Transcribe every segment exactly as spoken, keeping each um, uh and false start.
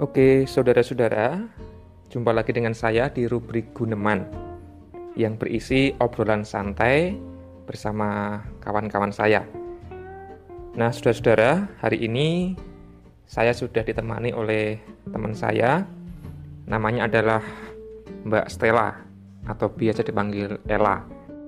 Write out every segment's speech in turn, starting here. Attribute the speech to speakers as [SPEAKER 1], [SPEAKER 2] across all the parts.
[SPEAKER 1] Oke, saudara-saudara, jumpa lagi dengan saya di rubrik Guneman yang berisi obrolan santai bersama kawan-kawan saya. Nah, saudara-saudara, hari ini saya sudah ditemani oleh teman saya, namanya adalah Mbak Stella atau biasa dipanggil Ella.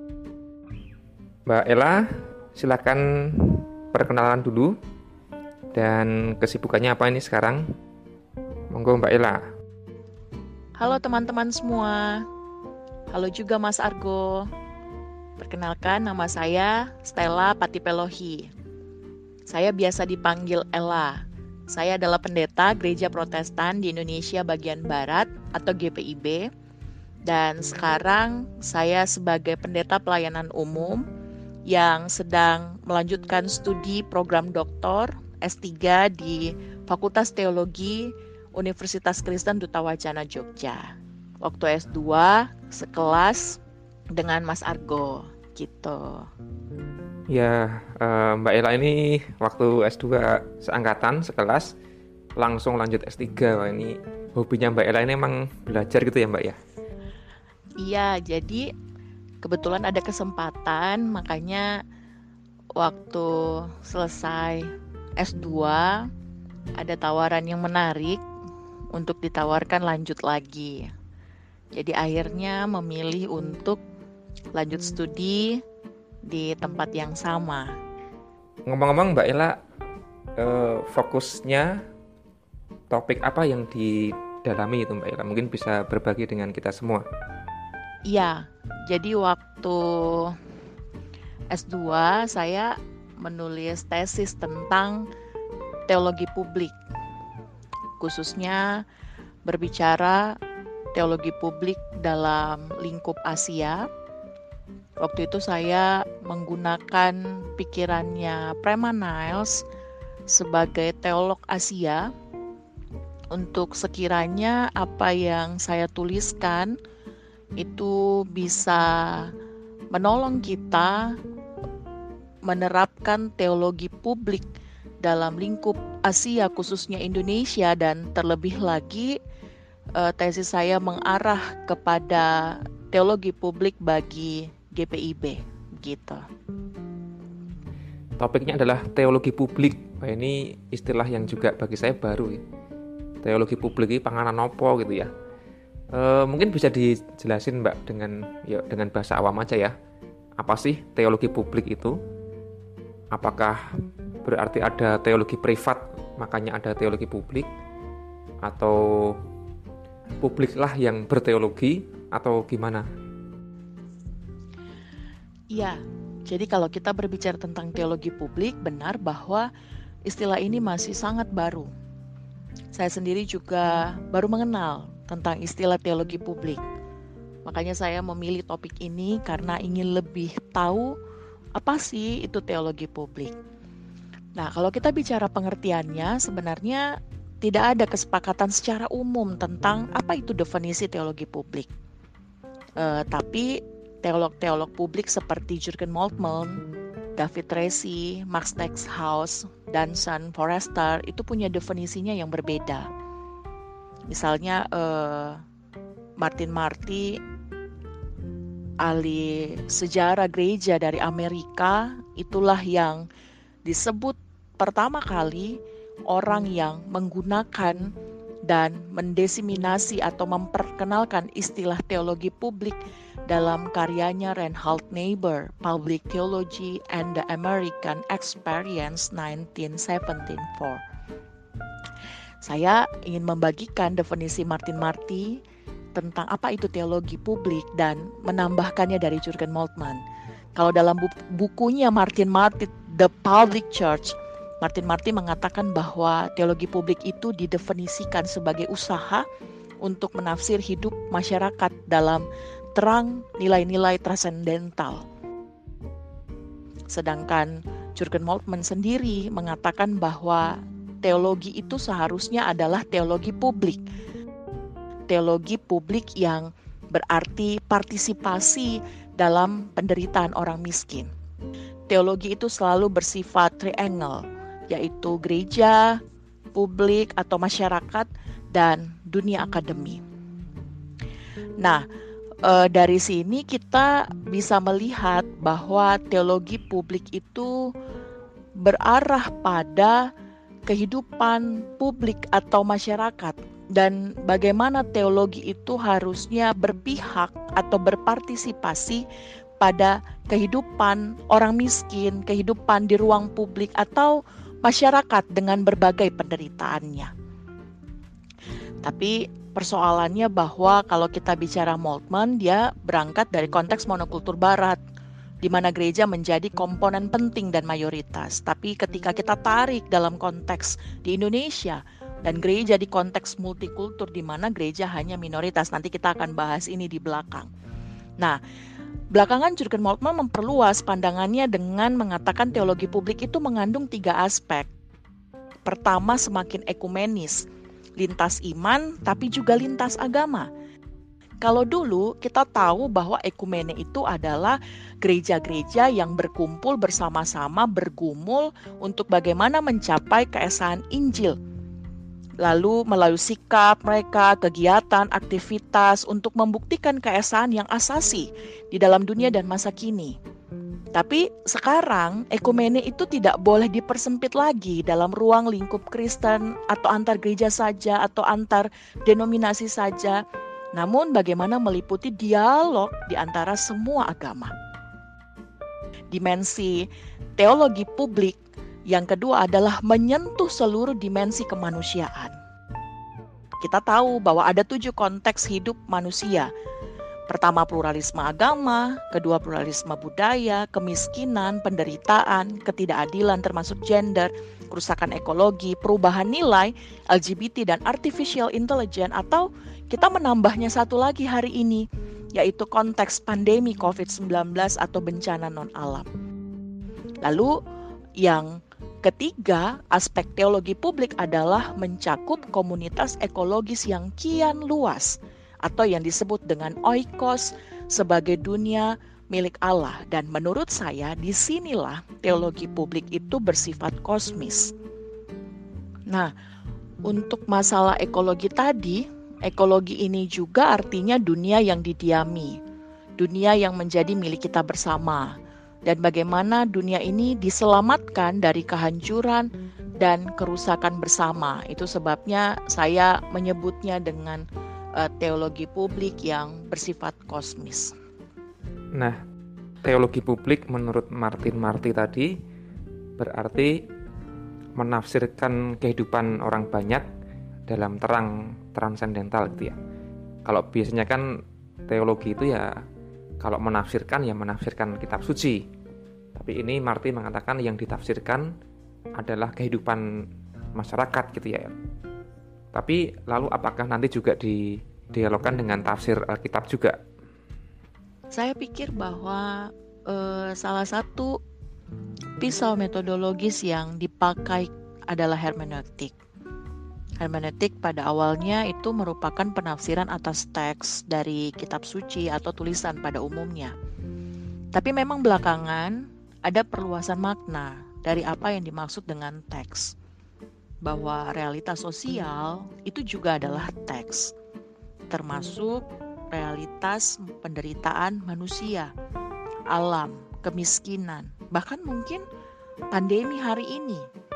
[SPEAKER 1] Mbak Ella, silakan perkenalan dulu dan kesibukannya apa ini sekarang? Monggo Mbak Ella.
[SPEAKER 2] Halo teman-teman semua. Halo juga Mas Argo. Perkenalkan, nama saya Stella Patipelohi. Saya biasa dipanggil Ella. Saya adalah pendeta Gereja Protestan di Indonesia bagian Barat atau G P I B. Dan sekarang saya sebagai pendeta pelayanan umum yang sedang melanjutkan studi program doktor S tiga di Fakultas Teologi Universitas Kristen Duta Wacana Jogja. Waktu S dua sekelas dengan Mas Argo gitu.
[SPEAKER 1] Ya, eh, Mbak Ella ini waktu S dua seangkatan, sekelas, langsung lanjut S tiga. Wah, ini hobinya Mbak Ella ini emang belajar gitu ya Mbak ya?
[SPEAKER 2] Iya, jadi kebetulan ada kesempatan, makanya waktu selesai S dua ada tawaran yang menarik untuk ditawarkan lanjut lagi. Jadi akhirnya memilih untuk lanjut studi di tempat yang sama.
[SPEAKER 1] Ngomong-ngomong Mbak Ella, eh, fokusnya topik apa yang didalami itu Mbak Ella? Mungkin bisa berbagi dengan kita semua.
[SPEAKER 2] Iya, jadi waktu S dua saya menulis tesis tentang teologi publik. Khususnya berbicara teologi publik dalam lingkup Asia. Waktu itu saya menggunakan pikirannya Prema Niles sebagai teolog Asia untuk sekiranya apa yang saya tuliskan itu bisa menolong kita menerapkan teologi publik dalam lingkup Asia khususnya Indonesia, dan terlebih lagi uh, tesis saya mengarah kepada teologi publik bagi G P I B gitu.
[SPEAKER 1] Topiknya adalah teologi publik. Wah, ini istilah yang juga bagi saya baru ya. Teologi publik ini panganan opo gitu ya. E, mungkin bisa dijelasin Mbak dengan ya dengan bahasa awam aja ya. Apa sih teologi publik itu? Apakah berarti ada teologi privat, makanya ada teologi publik? Atau publiklah yang berteologi? Atau gimana?
[SPEAKER 2] Iya, jadi kalau kita berbicara tentang teologi publik, benar bahwa istilah ini masih sangat baru. Saya sendiri juga baru mengenal tentang istilah teologi publik. Makanya saya memilih topik ini karena ingin lebih tahu apa sih itu teologi publik. Nah, kalau kita bicara pengertiannya, sebenarnya tidak ada kesepakatan secara umum tentang apa itu definisi teologi publik. E, tapi teolog-teolog publik seperti Jurgen Moltmann, David Tracy, Max Texthaus, dan Sean Forrester itu punya definisinya yang berbeda. Misalnya e, Martin Marty, ahli sejarah gereja dari Amerika, itulah yang disebut pertama kali orang yang menggunakan dan mendesiminasi atau memperkenalkan istilah teologi publik dalam karyanya Reinhold Niebuhr, Public Theology and the American Experience nineteen seventy-four. Saya ingin membagikan definisi Martin Marty tentang apa itu teologi publik dan menambahkannya dari Jurgen Moltmann. Kalau dalam bukunya Martin Marty, The Public Church, Martin Marty mengatakan bahwa teologi publik itu didefinisikan sebagai usaha untuk menafsir hidup masyarakat dalam terang nilai-nilai transendental. Sedangkan Jurgen Moltmann sendiri mengatakan bahwa teologi itu seharusnya adalah teologi publik. Teologi publik yang berarti partisipasi dalam penderitaan orang miskin. Teologi itu selalu bersifat triangle, yaitu gereja, publik atau masyarakat, dan dunia akademi. Nah, e, dari sini kita bisa melihat bahwa teologi publik itu berarah pada kehidupan publik atau masyarakat, dan bagaimana teologi itu harusnya berpihak atau berpartisipasi pada kehidupan orang miskin, kehidupan di ruang publik atau masyarakat dengan berbagai penderitaannya. Tapi persoalannya bahwa kalau kita bicara Moltmann, dia berangkat dari konteks monokultur barat, di mana gereja menjadi komponen penting dan mayoritas. Tapi ketika kita tarik dalam konteks di Indonesia, dan gereja di konteks multikultur, di mana gereja hanya minoritas. Nanti kita akan bahas ini di belakang. Nah, belakangan Jürgen Moltmann memperluas pandangannya dengan mengatakan teologi publik itu mengandung tiga aspek. Pertama, semakin ekumenis, lintas iman, tapi juga lintas agama. Kalau dulu kita tahu bahwa ekumene itu adalah gereja-gereja yang berkumpul bersama-sama, bergumul untuk bagaimana mencapai keesaan Injil. Lalu melalui sikap mereka, kegiatan, aktivitas untuk membuktikan keesaan yang asasi di dalam dunia dan masa kini. Tapi sekarang ekumene itu tidak boleh dipersempit lagi dalam ruang lingkup Kristen atau antar gereja saja atau antar denominasi saja. Namun bagaimana meliputi dialog di antara semua agama. Dimensi teologi publik yang kedua adalah menyentuh seluruh dimensi kemanusiaan. Kita tahu bahwa ada tujuh konteks hidup manusia. Pertama, pluralisme agama, kedua pluralisme budaya, kemiskinan, penderitaan, ketidakadilan termasuk gender, kerusakan ekologi, perubahan nilai, L G B T dan artificial intelligence, atau kita menambahnya satu lagi hari ini, yaitu konteks pandemi covid sembilan belas atau bencana non-alam. Lalu yang ketiga, aspek teologi publik adalah mencakup komunitas ekologis yang kian luas atau yang disebut dengan oikos sebagai dunia milik Allah. Dan menurut saya disinilah teologi publik itu bersifat kosmis. Nah, untuk masalah ekologi tadi, ekologi ini juga artinya dunia yang didiami, dunia yang menjadi milik kita bersama. Dan bagaimana dunia ini diselamatkan dari kehancuran dan kerusakan bersama. Itu sebabnya saya menyebutnya dengan uh, teologi publik yang bersifat kosmis.
[SPEAKER 1] Nah, teologi publik menurut Martin Marty tadi berarti menafsirkan kehidupan orang banyak dalam terang transendental gitu ya. Kalau biasanya kan teologi itu ya kalau menafsirkan ya menafsirkan kitab suci. Tapi ini Marty mengatakan yang ditafsirkan adalah kehidupan masyarakat gitu ya. Tapi lalu apakah nanti juga didialogkan dengan tafsir Alkitab juga?
[SPEAKER 2] Saya pikir bahwa eh, salah satu pisau metodologis yang dipakai adalah hermeneutik. Hermeneutik pada awalnya itu merupakan penafsiran atas teks dari kitab suci atau tulisan pada umumnya. Tapi memang belakangan ada perluasan makna dari apa yang dimaksud dengan teks. Bahwa realitas sosial itu juga adalah teks, termasuk realitas penderitaan manusia, alam, kemiskinan, bahkan mungkin pandemi hari ini,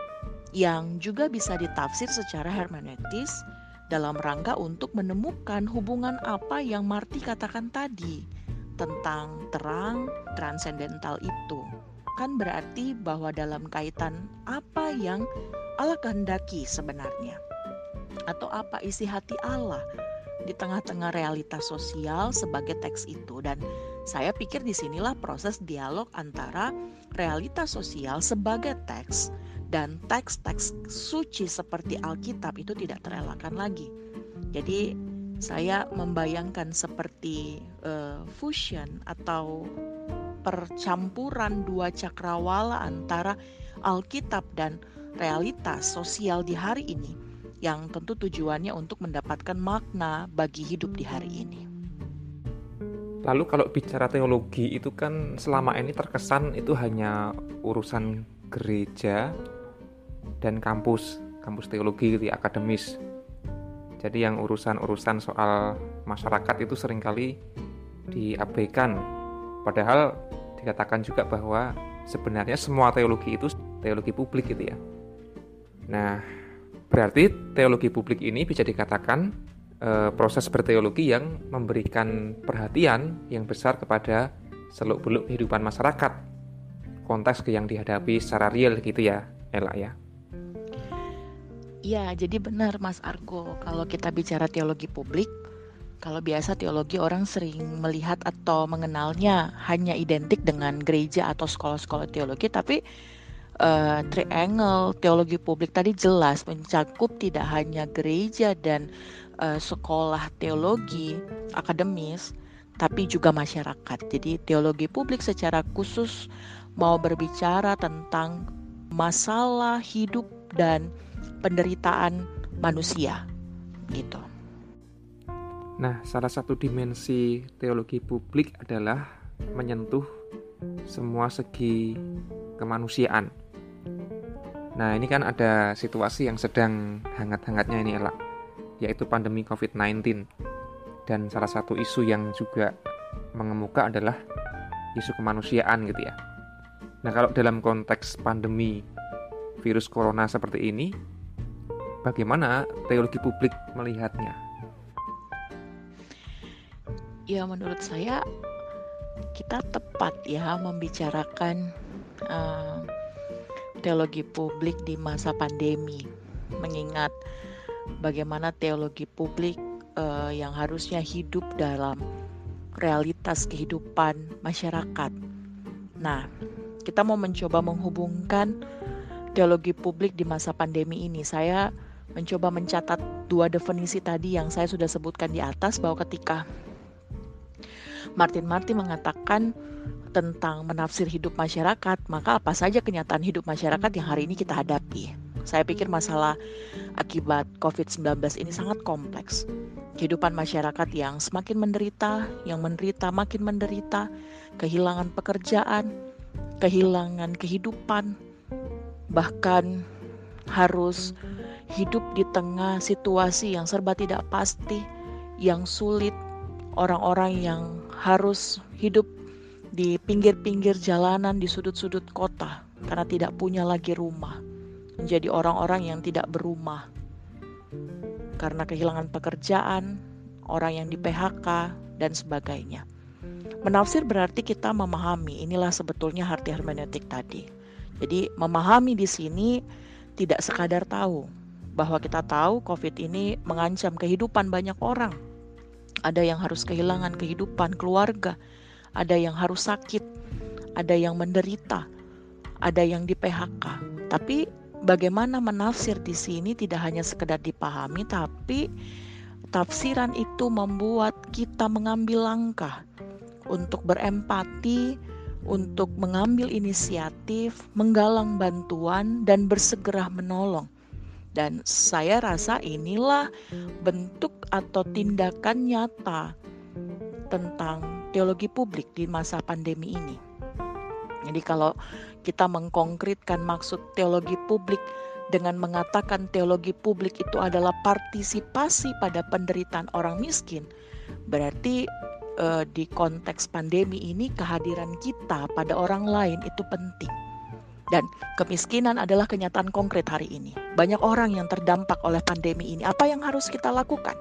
[SPEAKER 2] yang juga bisa ditafsir secara hermeneutis dalam rangka untuk menemukan hubungan apa yang Marty katakan tadi tentang terang transendental itu. Kan berarti bahwa dalam kaitan apa yang Allah kehendaki sebenarnya, atau apa isi hati Allah di tengah-tengah realitas sosial sebagai teks itu. Dan saya pikir disinilah proses dialog antara realitas sosial sebagai teks dan teks-teks suci seperti Alkitab itu tidak terelakkan lagi. Jadi saya membayangkan seperti uh, fusion atau percampuran dua cakrawala antara Alkitab dan realitas sosial di hari ini, yang tentu tujuannya untuk mendapatkan makna bagi hidup di hari ini.
[SPEAKER 1] Lalu kalau bicara teologi itu kan selama ini terkesan itu hanya urusan gereja dan kampus. kampus teologi gitu ya, akademis. Jadi yang urusan-urusan soal masyarakat itu seringkali diabaikan. Padahal dikatakan juga bahwa sebenarnya semua teologi itu teologi publik gitu ya. Nah, berarti teologi publik ini bisa dikatakan e, proses berteologi yang memberikan perhatian yang besar kepada seluk-beluk kehidupan masyarakat, konteks yang dihadapi secara real gitu ya, Ella ya.
[SPEAKER 2] Iya, jadi benar Mas Argo, kalau kita bicara teologi publik, kalau biasa teologi orang sering melihat atau mengenalnya hanya identik dengan gereja atau sekolah-sekolah teologi, tapi uh, triangle teologi publik tadi jelas mencakup tidak hanya gereja dan uh, sekolah teologi akademis, tapi juga masyarakat. Jadi teologi publik secara khusus mau berbicara tentang masalah hidup dan penderitaan manusia gitu.
[SPEAKER 1] Nah, salah satu dimensi teologi publik adalah menyentuh semua segi kemanusiaan. Nah, ini kan ada situasi yang sedang hangat-hangatnya ini, Ella, yaitu pandemi covid sembilan belas. Dan salah satu isu yang juga mengemuka adalah isu kemanusiaan gitu ya. Nah, kalau dalam konteks pandemi virus corona seperti ini, bagaimana teologi publik melihatnya?
[SPEAKER 2] Ya, menurut saya kita tepat ya membicarakan uh, teologi publik di masa pandemi, mengingat bagaimana teologi publik uh, yang harusnya hidup dalam realitas kehidupan masyarakat. Nah, kita mau mencoba menghubungkan teologi publik di masa pandemi ini. Saya mencoba mencatat dua definisi tadi yang saya sudah sebutkan di atas, bahwa ketika Martin Marty mengatakan tentang menafsir hidup masyarakat, maka apa saja kenyataan hidup masyarakat yang hari ini kita hadapi. Saya pikir masalah akibat covid sembilan belas ini sangat kompleks. Kehidupan masyarakat yang semakin menderita, yang menderita makin menderita, kehilangan pekerjaan, kehilangan kehidupan, bahkan harus hidup di tengah situasi yang serba tidak pasti, yang sulit. Orang-orang yang harus hidup di pinggir-pinggir jalanan, di sudut-sudut kota, karena tidak punya lagi rumah. Menjadi orang-orang yang tidak berumah karena kehilangan pekerjaan, orang yang di P H K, dan sebagainya. Menafsir berarti kita memahami, inilah sebetulnya arti hermeneutik tadi. Jadi memahami di sini tidak sekadar tahu, bahwa kita tahu COVID ini mengancam kehidupan banyak orang. Ada yang harus kehilangan kehidupan keluarga, ada yang harus sakit, ada yang menderita, ada yang di P H K. Tapi bagaimana menafsir di sini tidak hanya sekedar dipahami, tapi tafsiran itu membuat kita mengambil langkah untuk berempati, untuk mengambil inisiatif, menggalang bantuan, dan bersegera menolong. Dan saya rasa inilah bentuk atau tindakan nyata tentang teologi publik di masa pandemi ini. Jadi kalau kita mengkonkretkan maksud teologi publik dengan mengatakan teologi publik itu adalah partisipasi pada penderitaan orang miskin, berarti eh, di konteks pandemi ini kehadiran kita pada orang lain itu penting. Dan kemiskinan adalah kenyataan konkret hari ini. Banyak orang yang terdampak oleh pandemi ini. Apa yang harus kita lakukan?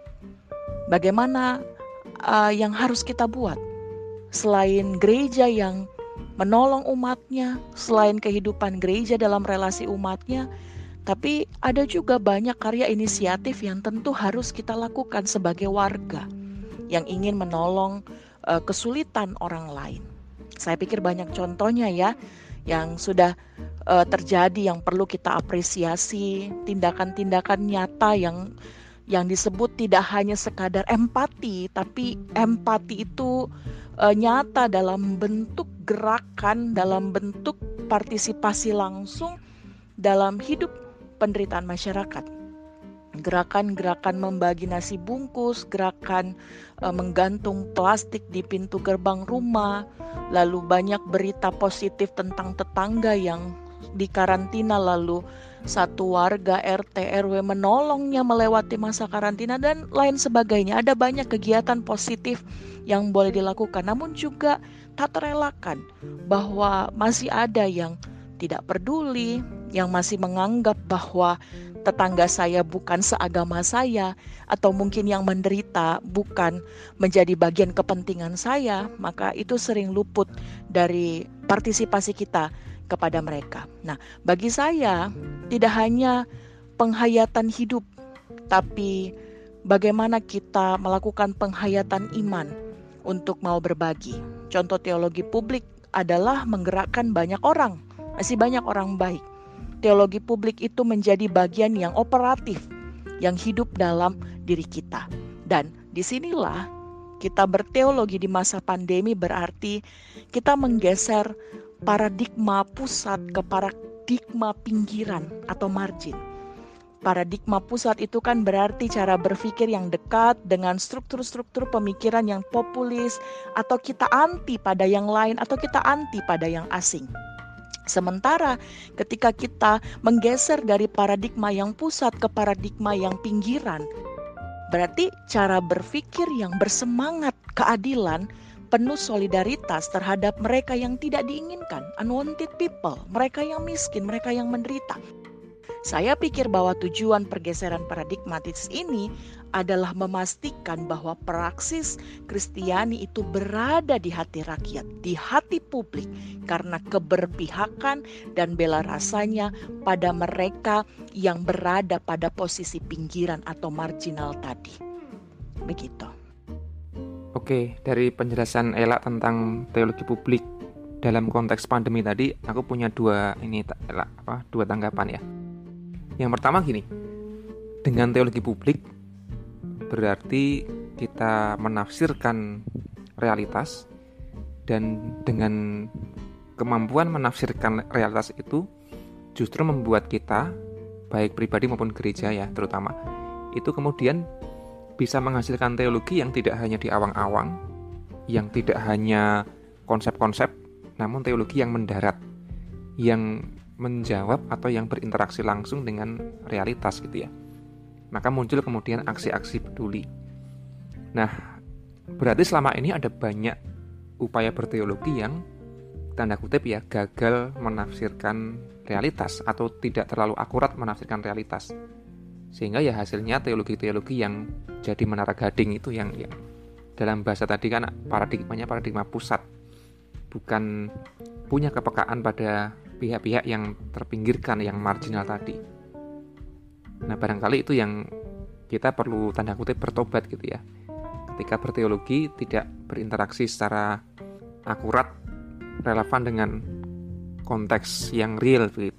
[SPEAKER 2] Bagaimana uh, yang harus kita buat? Selain gereja yang menolong umatnya, selain kehidupan gereja dalam relasi umatnya, tapi ada juga banyak karya inisiatif yang tentu harus kita lakukan sebagai warga yang ingin menolong uh, kesulitan orang lain. Saya pikir banyak contohnya ya, yang sudah uh, terjadi yang perlu kita apresiasi, tindakan-tindakan nyata yang yang disebut tidak hanya sekadar empati, tapi empati itu uh, nyata dalam bentuk gerakan, dalam bentuk partisipasi langsung dalam hidup penderitaan masyarakat. Gerakan-gerakan membagi nasi bungkus, gerakan uh, menggantung plastik di pintu gerbang rumah, lalu banyak berita positif tentang tetangga yang di karantina, lalu satu warga R T R W menolongnya melewati masa karantina dan lain sebagainya. Ada banyak kegiatan positif yang boleh dilakukan, namun juga tak terelakkan bahwa masih ada yang tidak peduli, yang masih menganggap bahwa tetangga saya bukan seagama saya, atau mungkin yang menderita bukan menjadi bagian kepentingan saya, maka itu sering luput dari partisipasi kita kepada mereka. Nah, bagi saya tidak hanya penghayatan hidup, tapi bagaimana kita melakukan penghayatan iman untuk mau berbagi. Contoh teologi publik adalah menggerakkan banyak orang, masih banyak orang baik. Teologi publik itu menjadi bagian yang operatif, yang hidup dalam diri kita. Dan disinilah kita berteologi di masa pandemi berarti kita menggeser paradigma pusat ke paradigma pinggiran atau margin. Paradigma pusat itu kan berarti cara berpikir yang dekat dengan struktur-struktur pemikiran yang populis, atau kita anti pada yang lain, atau kita anti pada yang asing. Sementara ketika kita menggeser dari paradigma yang pusat ke paradigma yang pinggiran, berarti cara berpikir yang bersemangat keadilan, penuh solidaritas terhadap mereka yang tidak diinginkan, unwanted people, mereka yang miskin, mereka yang menderita. Saya pikir bahwa tujuan pergeseran paradigmatis ini adalah memastikan bahwa praksis Kristiani itu berada di hati rakyat, di hati publik, karena keberpihakan dan bela rasanya pada mereka yang berada pada posisi pinggiran atau marginal tadi. Begitu.
[SPEAKER 1] Oke, dari penjelasan Ela tentang teologi publik dalam konteks pandemi tadi, aku punya dua ini Ela, apa, dua tanggapan ya. Yang pertama gini, dengan teologi publik berarti kita menafsirkan realitas, dan dengan kemampuan menafsirkan realitas itu justru membuat kita, baik pribadi maupun gereja ya terutama, itu kemudian bisa menghasilkan teologi yang tidak hanya di awang-awang, yang tidak hanya konsep-konsep, namun teologi yang mendarat, yang menjawab atau yang berinteraksi langsung dengan realitas gitu ya. Maka muncul kemudian aksi-aksi peduli. Nah, berarti selama ini ada banyak upaya berteologi yang tanda kutip ya gagal menafsirkan realitas atau tidak terlalu akurat menafsirkan realitas. Sehingga ya hasilnya teologi-teologi yang jadi menara gading itu yang ya, dalam bahasa tadi kan paradigmanya paradigma pusat, bukan punya kepekaan pada pihak-pihak yang terpinggirkan, yang marginal tadi. Nah, barangkali itu yang kita perlu tanda kutip bertobat gitu ya. Ketika berteologi tidak berinteraksi secara akurat, relevan dengan konteks yang real begitu.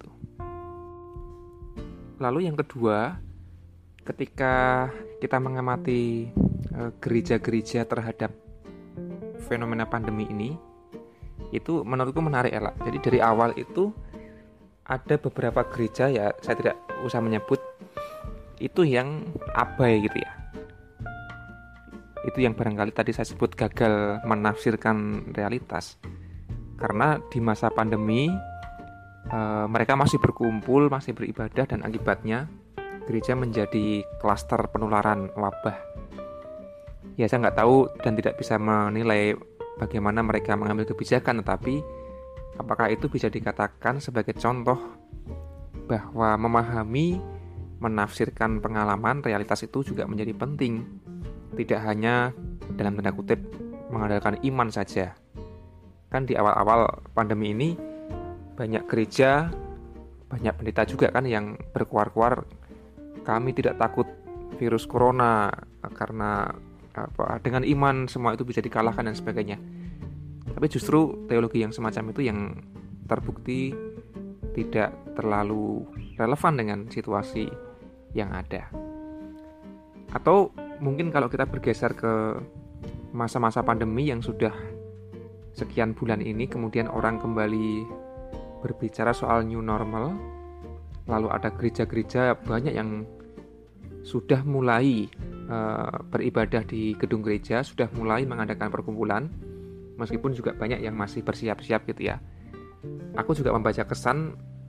[SPEAKER 1] Lalu yang kedua, ketika kita mengamati e, gereja-gereja terhadap fenomena pandemi ini, itu menurutku menarik ya. Jadi dari awal itu ada beberapa gereja ya, saya tidak usah menyebut, itu yang abai gitu ya. Itu yang barangkali tadi saya sebut gagal menafsirkan realitas. Karena di masa pandemi e, mereka masih berkumpul, masih beribadah, dan akibatnya gereja menjadi klaster penularan wabah. Ya saya nggak tahu dan tidak bisa menilai bagaimana mereka mengambil kebijakan, tetapi apakah itu bisa dikatakan sebagai contoh bahwa memahami, menafsirkan pengalaman, realitas itu juga menjadi penting. Tidak hanya dalam tanda kutip mengandalkan iman saja. Kan di awal-awal pandemi ini banyak gereja, banyak pendeta juga kan yang berkuar-kuar, kami tidak takut virus corona karena apa, dengan iman semua itu bisa dikalahkan dan sebagainya. Tapi justru teologi yang semacam itu yang terbukti tidak terlalu relevan dengan situasi yang ada. Atau mungkin kalau kita bergeser ke masa-masa pandemi yang sudah sekian bulan ini, kemudian orang kembali berbicara soal new normal, lalu ada gereja-gereja banyak yang sudah mulai uh, beribadah di gedung gereja, sudah mulai mengadakan perkumpulan, meskipun juga banyak yang masih bersiap-siap gitu ya. Aku juga membaca kesan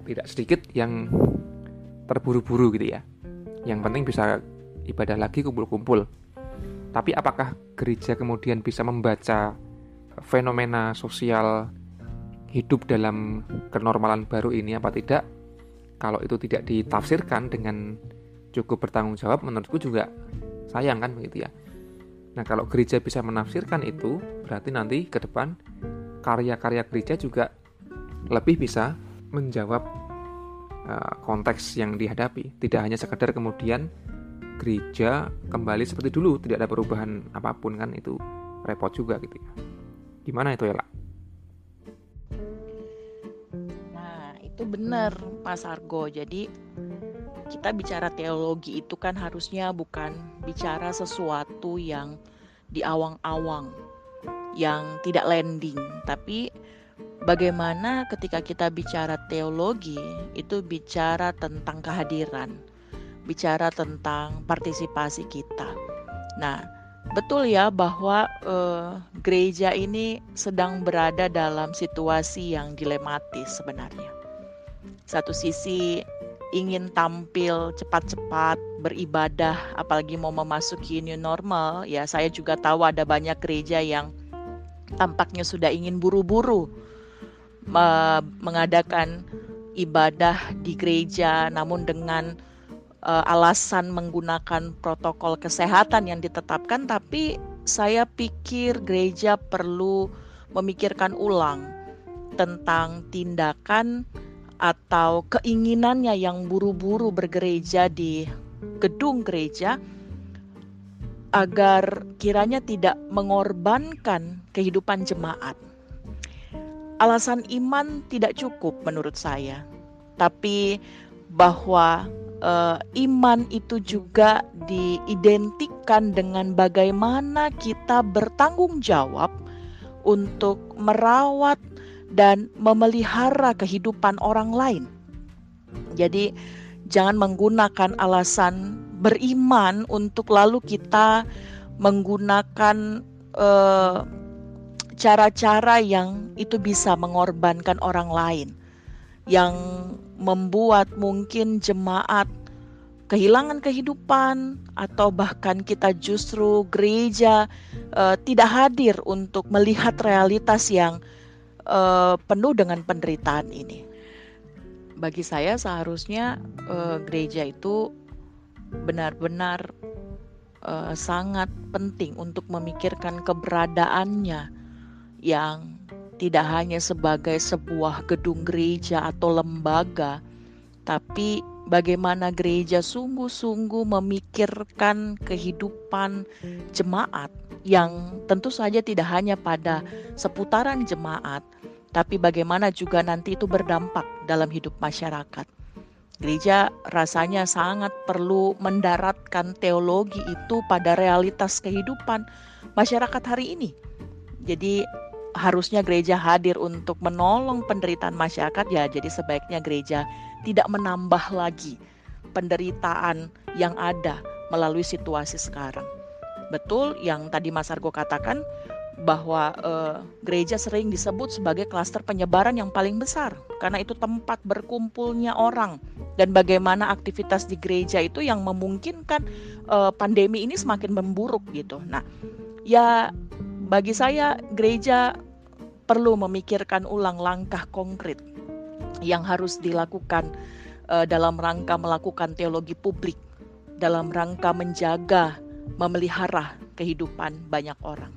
[SPEAKER 1] tidak sedikit yang terburu-buru gitu ya. Yang penting bisa ibadah lagi, kumpul-kumpul. Tapi apakah gereja kemudian bisa membaca fenomena sosial hidup dalam kenormalan baru ini apa tidak? Kalau itu tidak ditafsirkan dengan cukup bertanggung jawab, menurutku juga sayang kan begitu ya. Nah, kalau gereja bisa menafsirkan itu, berarti nanti ke depan karya-karya gereja juga lebih bisa menjawab uh, konteks yang dihadapi. Tidak hanya sekedar kemudian gereja kembali seperti dulu, tidak ada perubahan apapun, kan itu repot juga gitu ya. Gimana itu ya, Lak?
[SPEAKER 2] Nah, itu benar Mas Argo. Jadi kita bicara teologi itu kan harusnya bukan bicara sesuatu yang di awang-awang, yang tidak landing, tapi bagaimana ketika kita bicara teologi itu bicara tentang kehadiran, bicara tentang partisipasi kita. Nah, betul ya bahwa eh, gereja ini sedang berada dalam situasi yang dilematis sebenarnya. Satu sisi ingin tampil cepat-cepat beribadah, apalagi mau memasuki new normal, ya saya juga tahu ada banyak gereja yang tampaknya sudah ingin buru-buru me- mengadakan ibadah di gereja, namun dengan uh, alasan menggunakan protokol kesehatan yang ditetapkan. Tapi saya pikir gereja perlu memikirkan ulang tentang tindakan atau keinginannya yang buru-buru bergereja di gedung gereja, agar kiranya tidak mengorbankan kehidupan jemaat. Alasan iman tidak cukup menurut saya, tapi bahwa uh, iman itu juga diidentikan dengan bagaimana kita bertanggung jawab untuk merawat dan memelihara kehidupan orang lain. Jadi jangan menggunakan alasan beriman untuk lalu kita menggunakan uh, cara-cara yang itu bisa mengorbankan orang lain, yang membuat mungkin jemaat kehilangan kehidupan, atau bahkan kita justru gereja uh, tidak hadir untuk melihat realitas yang uh, penuh dengan penderitaan ini. Bagi saya seharusnya uh, gereja itu benar-benar uh, sangat penting untuk memikirkan keberadaannya yang tidak hanya sebagai sebuah gedung gereja atau lembaga, tapi bagaimana gereja sungguh-sungguh memikirkan kehidupan jemaat yang tentu saja tidak hanya pada seputaran jemaat, tapi bagaimana juga nanti itu berdampak dalam hidup masyarakat. Gereja rasanya sangat perlu mendaratkan teologi itu pada realitas kehidupan masyarakat hari ini. Jadi harusnya gereja hadir untuk menolong penderitaan masyarakat, ya jadi sebaiknya gereja tidak menambah lagi penderitaan yang ada melalui situasi sekarang. Betul yang tadi Mas Argo katakan, bahwa eh, gereja sering disebut sebagai klaster penyebaran yang paling besar karena itu tempat berkumpulnya orang, dan bagaimana aktivitas di gereja itu yang memungkinkan eh, pandemi ini semakin memburuk gitu. Nah, ya bagi saya gereja perlu memikirkan ulang langkah konkret yang harus dilakukan uh, dalam rangka melakukan teologi publik, dalam rangka menjaga, memelihara kehidupan banyak orang.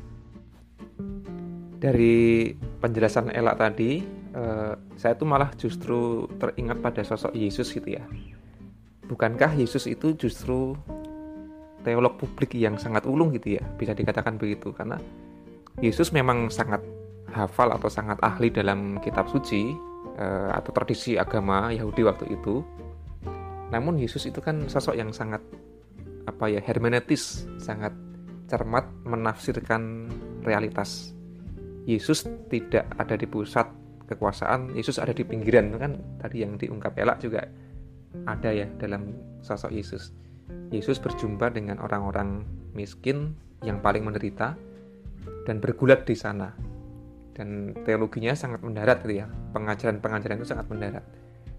[SPEAKER 1] Dari penjelasan Ella tadi, uh, saya tuh malah justru teringat pada sosok Yesus gitu ya. Bukankah Yesus itu justru teolog publik yang sangat ulung gitu ya, bisa dikatakan begitu, karena Yesus memang sangat hafal atau sangat ahli dalam kitab suci eh, atau tradisi agama Yahudi waktu itu. Namun Yesus itu kan sosok yang sangat apa ya hermeneutis, sangat cermat menafsirkan realitas. Yesus tidak ada di pusat kekuasaan, Yesus ada di pinggiran, kan tadi yang diungkap Ella juga ada ya dalam sosok Yesus. Yesus berjumpa dengan orang-orang miskin yang paling menderita dan bergulat di sana. Dan teologinya sangat mendarat gitu ya. Pengajaran-pengajaran itu sangat mendarat.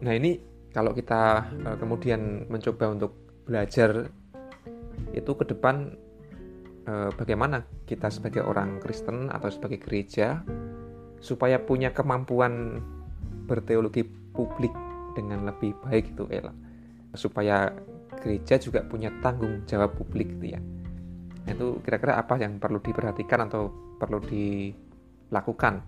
[SPEAKER 1] Nah ini kalau kita uh, kemudian mencoba untuk belajar itu ke depan, uh, bagaimana kita sebagai orang Kristen atau sebagai gereja supaya punya kemampuan berteologi publik dengan lebih baik gitu Ella, supaya gereja juga punya tanggung jawab publik gitu ya. Itu kira-kira apa yang perlu diperhatikan atau perlu dilakukan?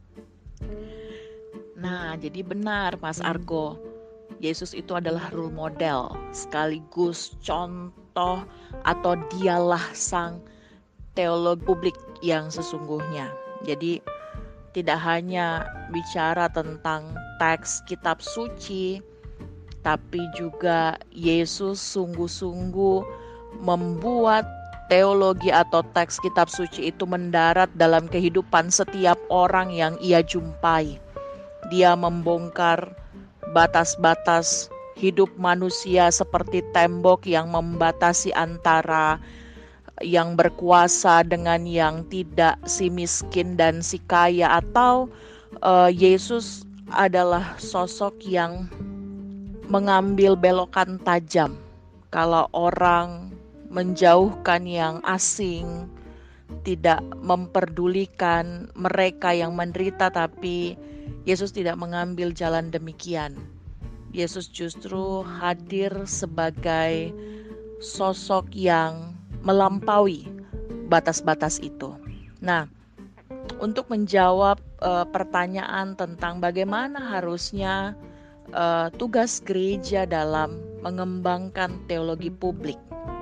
[SPEAKER 2] Nah, jadi benar Mas Argo, Yesus itu adalah role model sekaligus contoh, atau dialah sang teolog publik yang sesungguhnya. Jadi tidak hanya bicara tentang teks kitab suci, tapi juga Yesus sungguh-sungguh membuat teologi atau teks kitab suci itu mendarat dalam kehidupan setiap orang yang ia jumpai. Dia membongkar batas-batas hidup manusia seperti tembok yang membatasi antara yang berkuasa dengan yang tidak, si miskin dan si kaya. Atau uh, Yesus adalah sosok yang mengambil belokan tajam. Kalau orang menjauhkan yang asing, tidak memperdulikan mereka yang menderita, tapi Yesus tidak mengambil jalan demikian. Yesus justru hadir sebagai sosok yang melampaui batas-batas itu. Nah, untuk menjawab uh, pertanyaan tentang bagaimana harusnya uh, tugas gereja dalam mengembangkan teologi publik,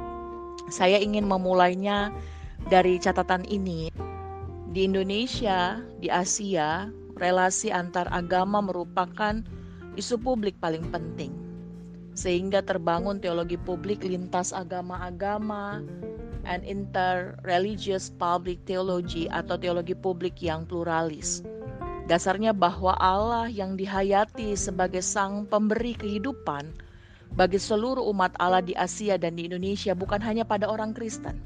[SPEAKER 2] saya ingin memulainya dari catatan ini. Di Indonesia, di Asia, relasi antar agama merupakan isu publik paling penting, sehingga terbangun teologi publik lintas agama-agama and inter-religious public theology atau teologi publik yang pluralis. Dasarnya bahwa Allah yang dihayati sebagai sang pemberi kehidupan bagi seluruh umat Allah di Asia dan di Indonesia bukan hanya pada orang Kristen.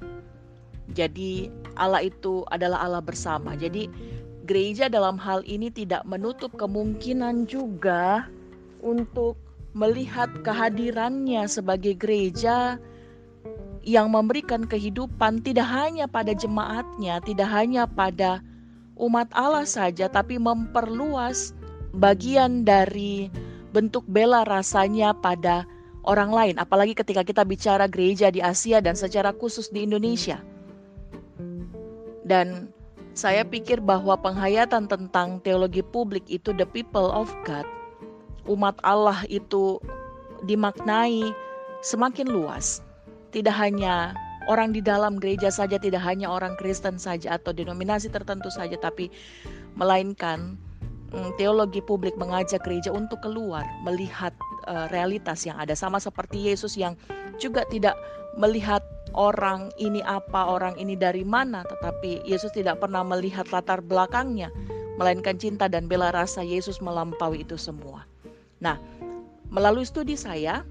[SPEAKER 2] Jadi Allah itu adalah Allah bersama. Jadi gereja dalam hal ini tidak menutup kemungkinan juga untuk melihat kehadirannya sebagai gereja yang memberikan kehidupan tidak hanya pada jemaatnya, tidak hanya pada umat Allah saja, tapi memperluas bagian dari bentuk bela rasanya pada orang lain. Apalagi ketika kita bicara gereja di Asia dan secara khusus di Indonesia. Dan saya pikir bahwa penghayatan tentang teologi publik itu the people of God, umat Allah itu dimaknai semakin luas. Tidak hanya orang di dalam gereja saja, tidak hanya orang Kristen saja atau denominasi tertentu saja, tapi melainkan mm, teologi publik mengajak gereja untuk keluar melihat uh, realitas yang ada, sama seperti Yesus yang juga tidak melihat orang ini apa, orang ini dari mana, tetapi Yesus tidak pernah melihat latar belakangnya, melainkan cinta dan bela rasa Yesus melampaui itu semua. Nah, melalui studi saya,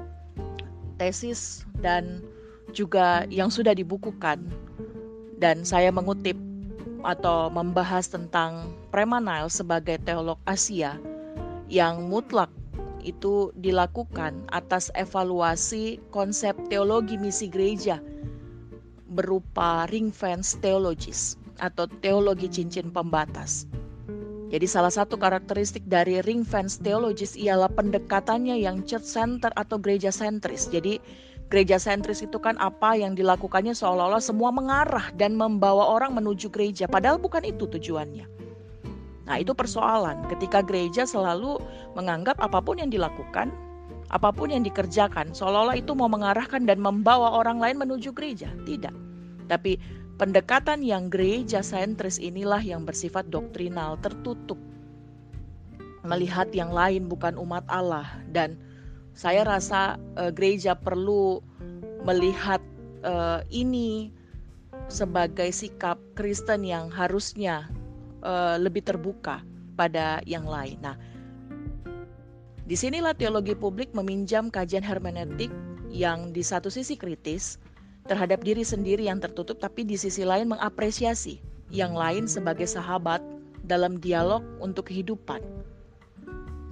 [SPEAKER 2] tesis dan juga yang sudah dibukukan, dan saya mengutip atau membahas tentang Premillennial sebagai teolog Asia yang mutlak itu dilakukan atas evaluasi konsep teologi misi gereja berupa ring fence theologies atau teologi cincin pembatas. Jadi salah satu karakteristik dari ring fence theologies ialah pendekatannya yang church center atau gereja sentris. Jadi gereja sentris itu kan apa yang dilakukannya seolah-olah semua mengarah dan membawa orang menuju gereja, padahal bukan itu tujuannya. Nah, itu persoalan ketika gereja selalu menganggap apapun yang dilakukan, apapun yang dikerjakan seolah-olah itu mau mengarahkan dan membawa orang lain menuju gereja. Tidak. Tapi pendekatan yang gereja sentris inilah yang bersifat doktrinal, tertutup, melihat yang lain bukan umat Allah. Dan saya rasa uh, gereja perlu melihat uh, ini sebagai sikap Kristen yang harusnya uh, lebih terbuka pada yang lain. Nah, disinilah teologi publik meminjam kajian hermeneutik yang di satu sisi kritis terhadap diri sendiri yang tertutup, tapi di sisi lain mengapresiasi yang lain sebagai sahabat dalam dialog untuk kehidupan.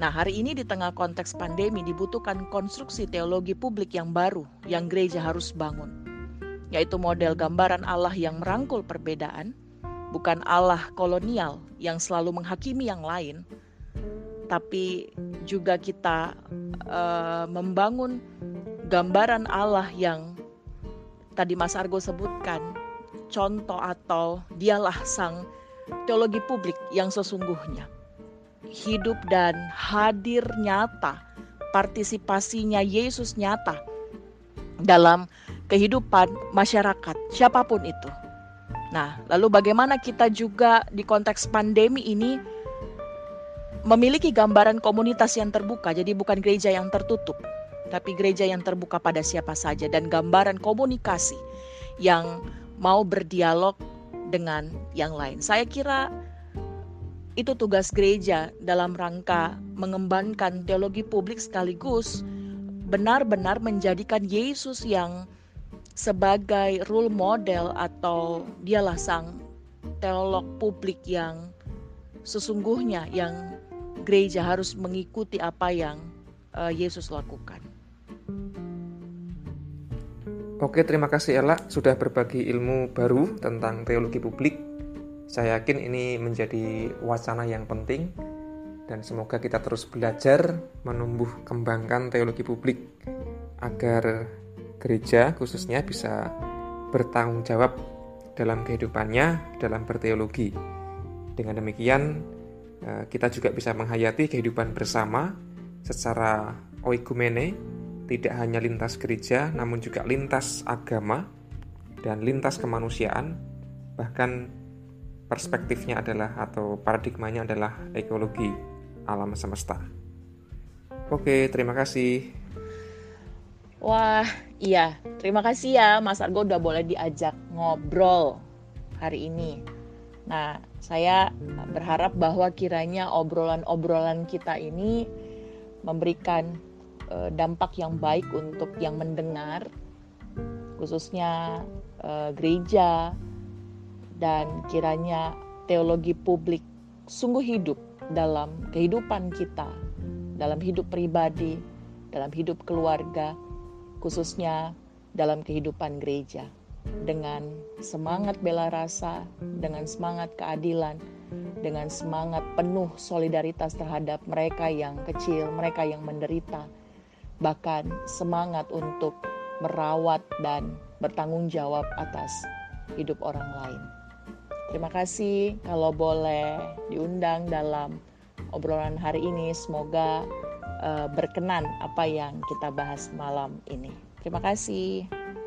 [SPEAKER 2] Nah, hari ini di tengah konteks pandemi dibutuhkan konstruksi teologi publik yang baru yang gereja harus bangun, yaitu model gambaran Allah yang merangkul perbedaan, bukan Allah kolonial yang selalu menghakimi yang lain, tapi juga kita uh, membangun gambaran Allah yang tadi Mas Argo sebutkan, contoh atau dialah sang teologi publik yang sesungguhnya. Hidup dan hadir nyata, partisipasinya Yesus nyata dalam kehidupan masyarakat, siapapun itu. Nah, lalu bagaimana kita juga di konteks pandemi ini memiliki gambaran komunitas yang terbuka, jadi bukan gereja yang tertutup, tapi gereja yang terbuka pada siapa saja, dan gambaran komunikasi yang mau berdialog dengan yang lain. Saya kira itu tugas gereja dalam rangka mengembangkan teologi publik sekaligus benar-benar menjadikan Yesus yang sebagai role model atau dialah sang teolog publik yang sesungguhnya, yang gereja harus mengikuti apa yang uh, Yesus lakukan.
[SPEAKER 1] Oke, terima kasih Ella sudah berbagi ilmu baru tentang teologi publik. Saya yakin ini menjadi wacana yang penting dan semoga kita terus belajar menumbuh kembangkan teologi publik agar gereja khususnya bisa bertanggung jawab dalam kehidupannya dalam berteologi. Dengan demikian kita juga bisa menghayati kehidupan bersama secara oikumene, tidak hanya lintas gereja, namun juga lintas agama dan lintas kemanusiaan, bahkan perspektifnya adalah atau paradigmanya adalah ekologi alam semesta. Oke, terima kasih.
[SPEAKER 2] Wah, iya, terima kasih ya Mas Argo udah boleh diajak ngobrol hari ini. Nah, saya berharap bahwa kiranya obrolan-obrolan kita ini memberikan dampak yang baik untuk yang mendengar, khususnya uh, gereja, dan kiranya teologi publik sungguh hidup dalam kehidupan kita, dalam hidup pribadi, dalam hidup keluarga, khususnya dalam kehidupan gereja, dengan semangat bela rasa, dengan semangat keadilan, dengan semangat penuh solidaritas terhadap mereka yang kecil, mereka yang menderita, bahkan semangat untuk merawat dan bertanggung jawab atas hidup orang lain. Terima kasih kalau boleh diundang dalam obrolan hari ini. Semoga uh, berkenan apa yang kita bahas malam ini. Terima kasih.